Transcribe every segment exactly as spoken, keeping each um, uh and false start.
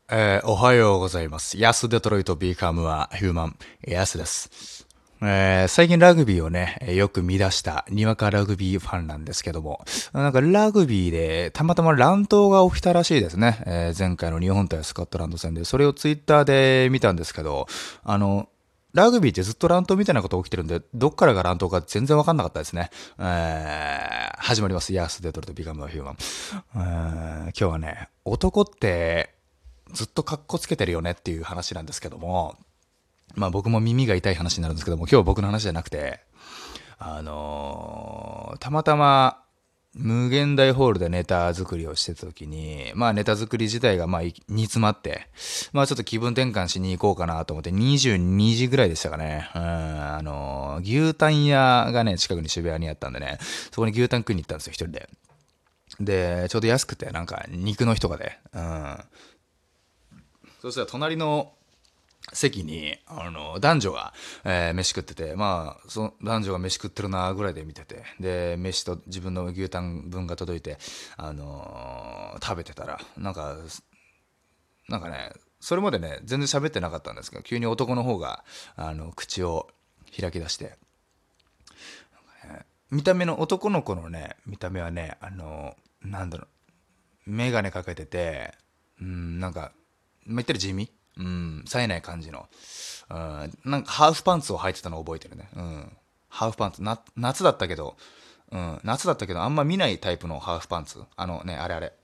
えーおはようございます。ヤスデトロイトビーカムはヒューマン、ヤスです。えー最近ラグビーをね、よく見出したにわかラグビーファンなんですけども、なんかラグビーでたまたま乱闘が起きたらしいですね。えー前回の日本対スコットランド戦で、それをツイッターで見たんですけど、あの、ラグビーってずっと乱闘みたいなこと起きてるんで、どっからが乱闘か全然わかんなかったですね。えー始まります。ヤスデトロイトビーカムはヒューマン。えー今日はね、男ってずっとカッコつけてるよねっていう話なんですけども、まあ僕も耳が痛い話になるんですけども、今日は僕の話じゃなくて、あのーたまたま無限大ホールでネタ作りをしてた時に、まあネタ作り自体がまあ煮詰まって、まあちょっと気分転換しに行こうかなと思ってにじゅうにじぐらいでしたかね。うん、あのー牛タン屋がね、近くに渋谷にあったんでね、そこに牛タン食いに行ったんですよ、一人で。で、ちょうど安くて、なんか肉の日とかで。うん。そしたら隣の席に、あの、男女が、えー飯食ってて、まあ、その男女が飯食ってるなぐらいで見てて、で、飯と自分の牛タン分が届いて、あのー食べてたら、なんか、なんかね、それまでね、全然喋ってなかったんですけど、急に男の方が、あの、口を開き出して、見た目の男の子のね、見た目はね、あのーなんだろう、メガネかけてて、うん、なんか、まあ、言ったら地味うん、冴えない感じの。うん、なんかハーフパンツを履いてたのを覚えてるね。うん。ハーフパンツ。な、夏だったけど、うん、夏だったけど、あんま見ないタイプのハーフパンツ。あのね、あれあれ。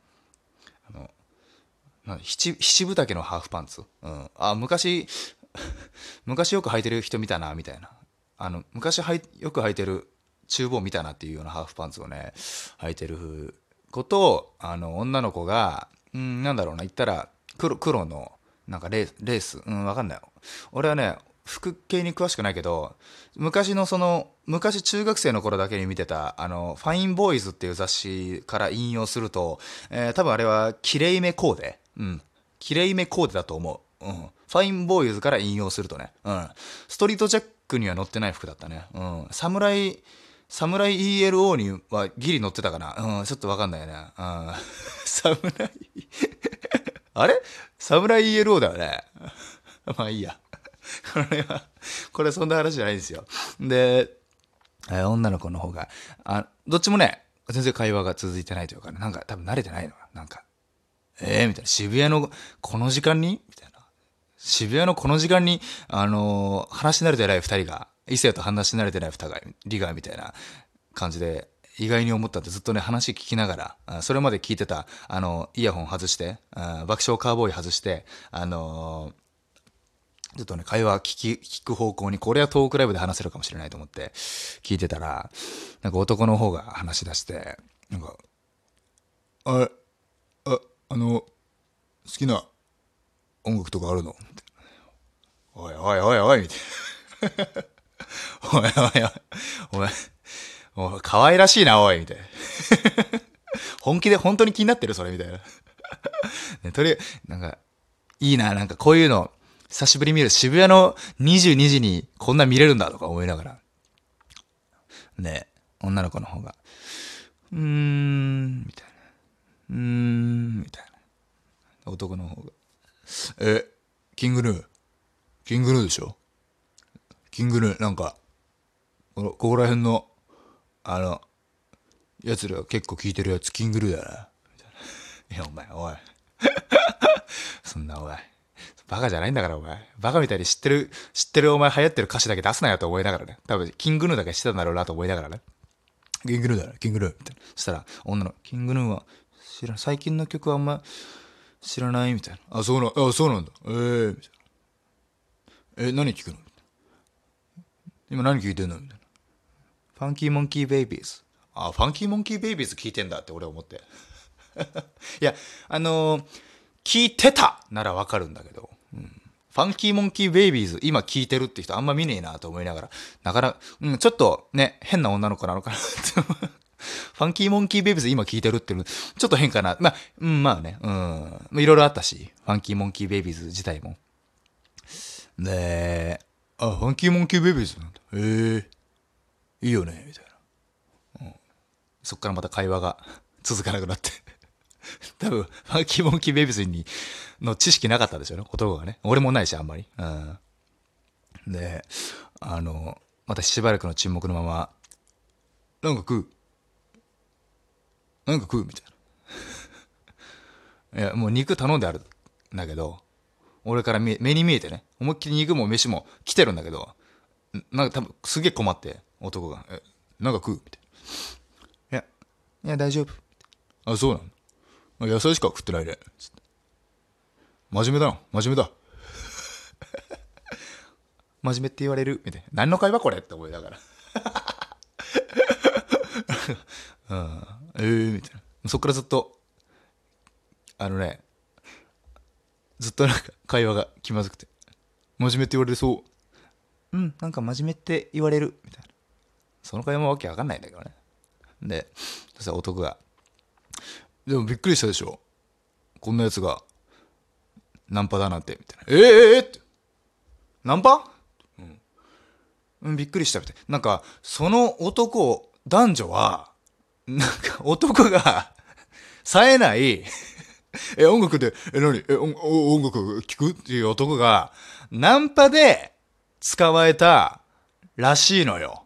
な七、七分丈のハーフパンツ。うん。あ、昔、昔よく履いてる人見たな、みたいな。あの、昔はいよく履いてる厨房見たなっていうようなハーフパンツをね、履いてることを、あの、女の子が、うん、なんだろうな、言ったら、黒、黒の、なんかレース、レース、うん、わかんない。俺はね、服系に詳しくないけど、昔のその、昔中学生の頃だけに見てた、あの、ファインボーイズっていう雑誌から引用すると、えー多分あれは、きれいめコーデ。うん。きれいめコーデだと思う。うん。ファインボーイズから引用するとね。うん。ストリートジャックには載ってない服だったね。うん。サムライ、サムライ イーエルオー にはギリ載ってたかな。うん。ちょっとわかんないね。うん。サムライ、あれサムライ イーエルオー だよね。まあいいや。これは、これそんな話じゃないんですよ。で、えー女の子の方が、あ、どっちもね、全然会話が続いてないというかね、なんか多分慣れてないの。なんか、えーみたいな。渋谷のこの時間にみたいな。渋谷のこの時間に、あのー話し慣れてない二人が、異性と話し慣れてない二人が、リガーみたいな感じで、意外に思ったってずっとね、話聞きながら、あそれまで聞いてた、あの、イヤホン外して、あ爆笑カーボーイ外して、あのーちょっとね、会話聞き、聞く方向に、これはトークライブで話せるかもしれないと思って聞いてたら、なんか男の方が話し出して、なんか、あれ、あ、あの、好きな音楽とかあるのみたいな。おいおいおいおい、みたいな。おいおいおい、お前、おい可愛らしいな、おい、みたいな。本気で本当に気になってるそれ、みたいな。ね、とりあえず、なんか、いいな、なんかこういうの、久しぶりに見る。渋谷のにじゅうにじにこんな見れるんだとか思いながら。ね、女の子の方が、うーん、みたいな。うーん、みたいな。男の方が、え、キングヌー、キングヌーでしょキングヌー、なんか、このここら辺の、あの、やつら結構聞いてるやつ、キングヌーだな。いや、お前、おい。そんな、おい。バカじゃないんだから、お前。バカみたいに知ってる、知ってるお前流行ってる歌詞だけ出すなよと思いながらね。多分、キングヌーだけしてたんだろうなと思いながらね。キングヌーだな、キングヌー。みたいな。そしたら、女の、キングヌーは、知らん、最近の曲はあんま知らないみたいな。あ、そうな、あ、そうなんだ。ええー、みたいな。え、何聞くの今何聞いてんのみたいな。ファンキーモンキーベイビーズ。あ、ファンキーモンキーベイビーズ聞いてんだって俺思って。いや、あのー聞いてたならわかるんだけど、うん、ファンキーモンキーベイビーズ今聞いてるって人あんま見ねえなと思いながら、なかなか、うん、ちょっとね、変な女の子なのかなってファンキーモンキーベイビーズ今聞いてるっていうの、ちょっと変かな。まあ、うん、まあね、うん。いろいろあったし、ファンキーモンキーベイビーズ自体も。で、あ、ファンキーモンキーベイビーズなんだ。へえ、いいよね、みたいな。そっからまた会話が続かなくなって。 多分、ファンキーモンキーベイビーズに、の知識なかったでしょうね、男がね。俺もないし、あんまり。うん。で、あの、またしばらくの沈黙のまま、なんか食うなんか食うみたいな。いや、もう肉頼んであるんだけど、俺から見目に見えてね、思いっきり肉も飯も来てるんだけど、なんか多分すげえ困って、男が、え、なんか食うみたいな。いや、いや大丈夫。あ、そうなの。野菜しか食ってないね。つって真面目だな、真面目だ。真面目って言われるみたいな。何の会話これって思いながら。うん、えーみたいな。そっからずっと、あのね、ずっとなんか会話が気まずくて。真面目って言われるそう。うん、なんか真面目って言われるみたいな。その会話もわけわかんないんだけどね。で、そしたら男が、でもびっくりしたでしょ。こんなやつが、ナンパだなんて、みたいな。えー、えー、えー、って。ナンパうん、びっくりしたみたい。なんか、その男、男女は、なんか男が、冴えない、え、音楽で、え、何え、音音楽聴くっていう男が、ナンパで捕まえたらしいのよ。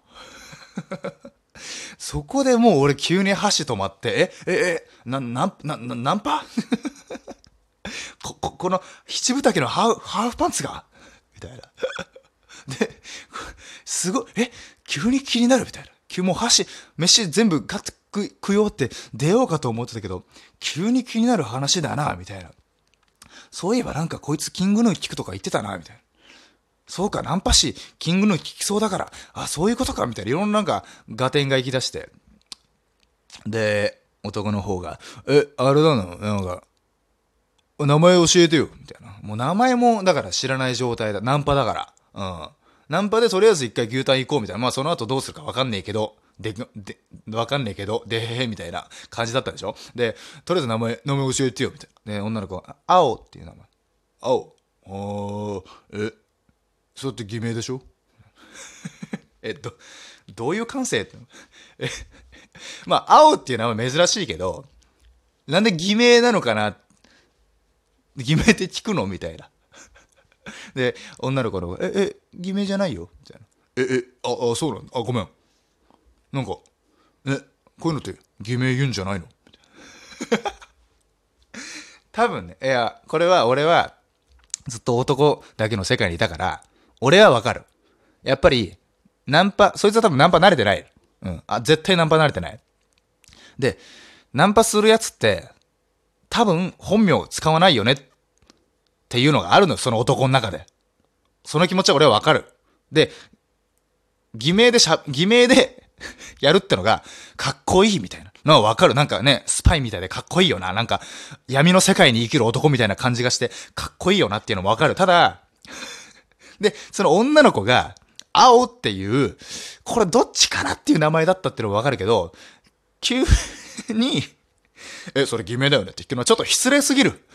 そこでもう俺急に箸止まって、え、え、え、な、な、な、なナンパこ、こ、この七分丈のハーフ、ハーフパンツがみたいな。で、すごい、え、急に気になるみたいな。急もう箸、飯全部ガッと食食い終わって出ようかと思ってたけど、急に気になる話だな、みたいな。そういえばなんかこいつキングヌー聞くとか言ってたな、みたいな。そうか、ナンパ師、キングヌー聞きそうだから、あ、そういうことか、みたいな。いろんななんか、合点が行き出して。で、男の方が、え、あれだな、なんか、名前教えてよ、みたいな。もう名前も、だから知らない状態だ。ナンパだから。うん。ナンパでとりあえず一回牛タン行こうみたいな。まあその後どうするかわかんねえけど、で、で、わかんねえけど、でへへみたいな感じだったでしょ。で、とりあえず名前、名前教えてよ、みたいな。で、女の子が、青っていう名前。青。あー、え、そうって偽名でしょえっと、どういう感性ってえ、まあ、青っていう名前珍しいけど、なんで偽名なのかな、偽名って聞くのみたいな。で、女の子の子が、え、え、偽名じゃないよみたいな。え、え、あ、あ、そうなんだ。あ、ごめん。なんか、え、こういうのって偽名言うんじゃないの多分ね、いや、これは俺はずっと男だけの世界にいたから、俺はわかる。やっぱり、ナンパ、そいつは多分ナンパ慣れてない。うん。あ、絶対ナンパ慣れてない。で、ナンパするやつって、多分本名使わないよねっていうのがあるのよ、その男の中で。その気持ちは俺はわかる。で、偽名でしゃ、偽名でやるってのが、かっこいいみたいなのはわかる。なんかね、スパイみたいでかっこいいよな。なんか、闇の世界に生きる男みたいな感じがして、かっこいいよなっていうのもわかる。ただ、で、その女の子が、青っていう、これどっちかなっていう名前だったっていうのもわかるけど、急に、え、それ偽名だよねって言ってるのはちょっと失礼すぎる。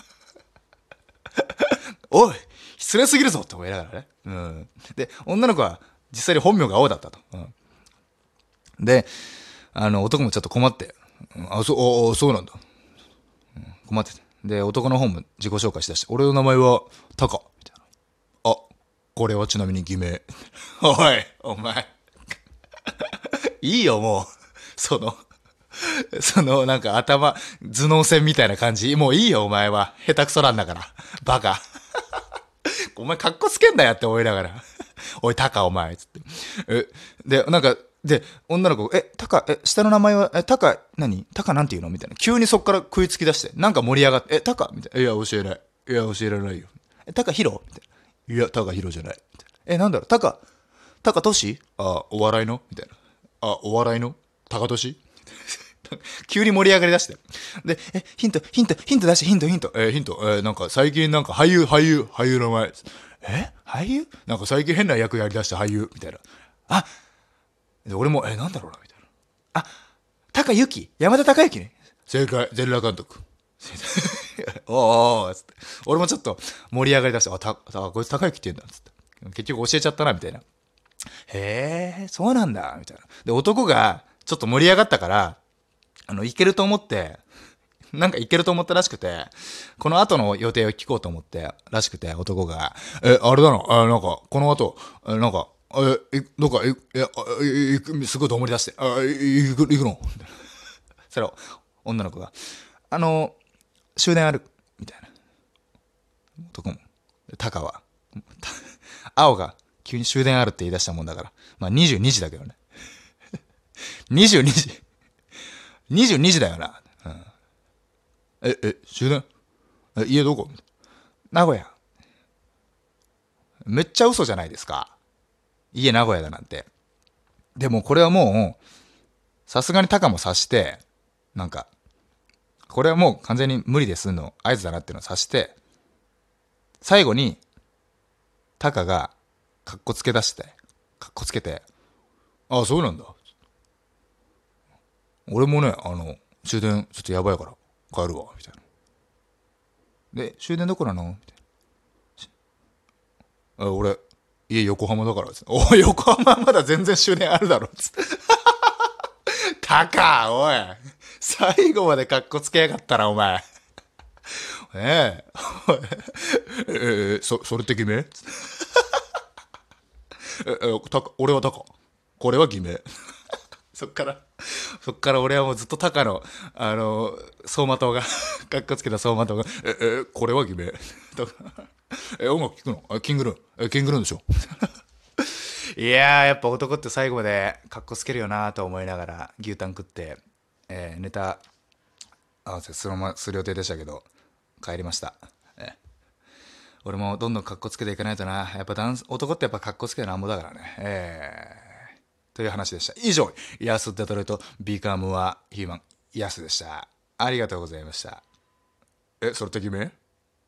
おい、失礼すぎるぞって思いながらね。うん。で、女の子は実際に本名が青だったと。うん、で、あの、男もちょっと困って、うん、あ、そう、あ、そうなんだ、うん。困ってて。で、男の方も自己紹介しだして、俺の名前はタカ。みたいな。あ、これはちなみに偽名。おい、お前。いいよ、もう。その、その、なんか頭、頭脳戦みたいな感じ。もういいよ、お前は。下手くそなんだから。バカ。お前かっこつけんなやって思いながら。おい、タカお前、つって。え、で、なんか、で、女の子、え、タカ、え、下の名前は、え、タカ、何タカなんて言うのみたいな。急にそっから食いつき出して、なんか盛り上がって、え、タカみたいな。いや、教えない。いや、教えられないよ。え、タカヒロみたいな。いや、タカヒロじゃない。みたいな。え、なんだろう、タカ、タカトシあ、お笑いのみたいな。あ、お笑いのタカトシ急に盛り上がりだして。で、え、ヒント、ヒント、ヒント出して、ヒント、ヒント。えーヒント、えーなんか最近なんか俳優、俳優、俳優の前。え俳優なんか最近変な役やりだした俳優みたいな。あ、で俺も、えーなんだろうなみたいな。あ、高幸山田孝之ね。正解、全裸監督。おーおーつって。俺もちょっと盛り上がりだして、あ、た、た、こいつ高幸って言うんだ。つって。結局教えちゃったな、みたいな。へえ、そうなんだ、みたいな。で、男がちょっと盛り上がったから、あの、いけると思って、 なんかいけると思ったらしくて、この後の予定を聞こうと思ってらしくて、男が、え、あれだな、あなんか、この後、えなんか、え、いどっか、い、いや、いいくすごいどもり出して、あ、い行く、行くのそれを、女の子が、あの、終電ある、みたいな。男も。タカは、青が、急に終電あるって言い出したもんだから、まあにじゅうにじだけどね。にじゅうにじ。にじゅうにじだよな。うん、え、え、終電え、家どこ名古屋。めっちゃ嘘じゃないですか。家名古屋だなんて。でもこれはもう、さすがにタカも察して、なんか、これはもう完全に無理ですの合図だなっていうのを察して、最後に、タカが、カッコつけ出して、カッコつけて、ああ、そうなんだ。俺もね、あの、終電ちょっとやばいから帰るわ、みたいな。で、終電どこなのみたいな。あ、俺、家横浜だからつって。おい、横浜はまだ全然終電あるだろ、つって。タカ、おい。最後までカッコつけやがったな、お前。ええ。ええ、そ、それって決めえ、え、タカ、俺はタカ。これは偽名。そっから、そっから俺はもうずっとタカの、あの、走馬灯が、かっこつけた走馬灯が、え、え、これは偽名。とか、え、音楽聴くのあ、キングルーン。え、キングルーンでしょ。いやー、やっぱ男って最後までかっこつけるよなーと思いながら牛タン食って、えーネタ合わせそのままする予定でしたけど、帰りました。えー俺もどんどんかっこつけていかないとな。やっぱ男男ってやっぱかっこつけてなんぼだからね。えー、という話でした。以上、ヤスデトロイトビカムはヒューマンヤスでした。ありがとうございました。え、それって決め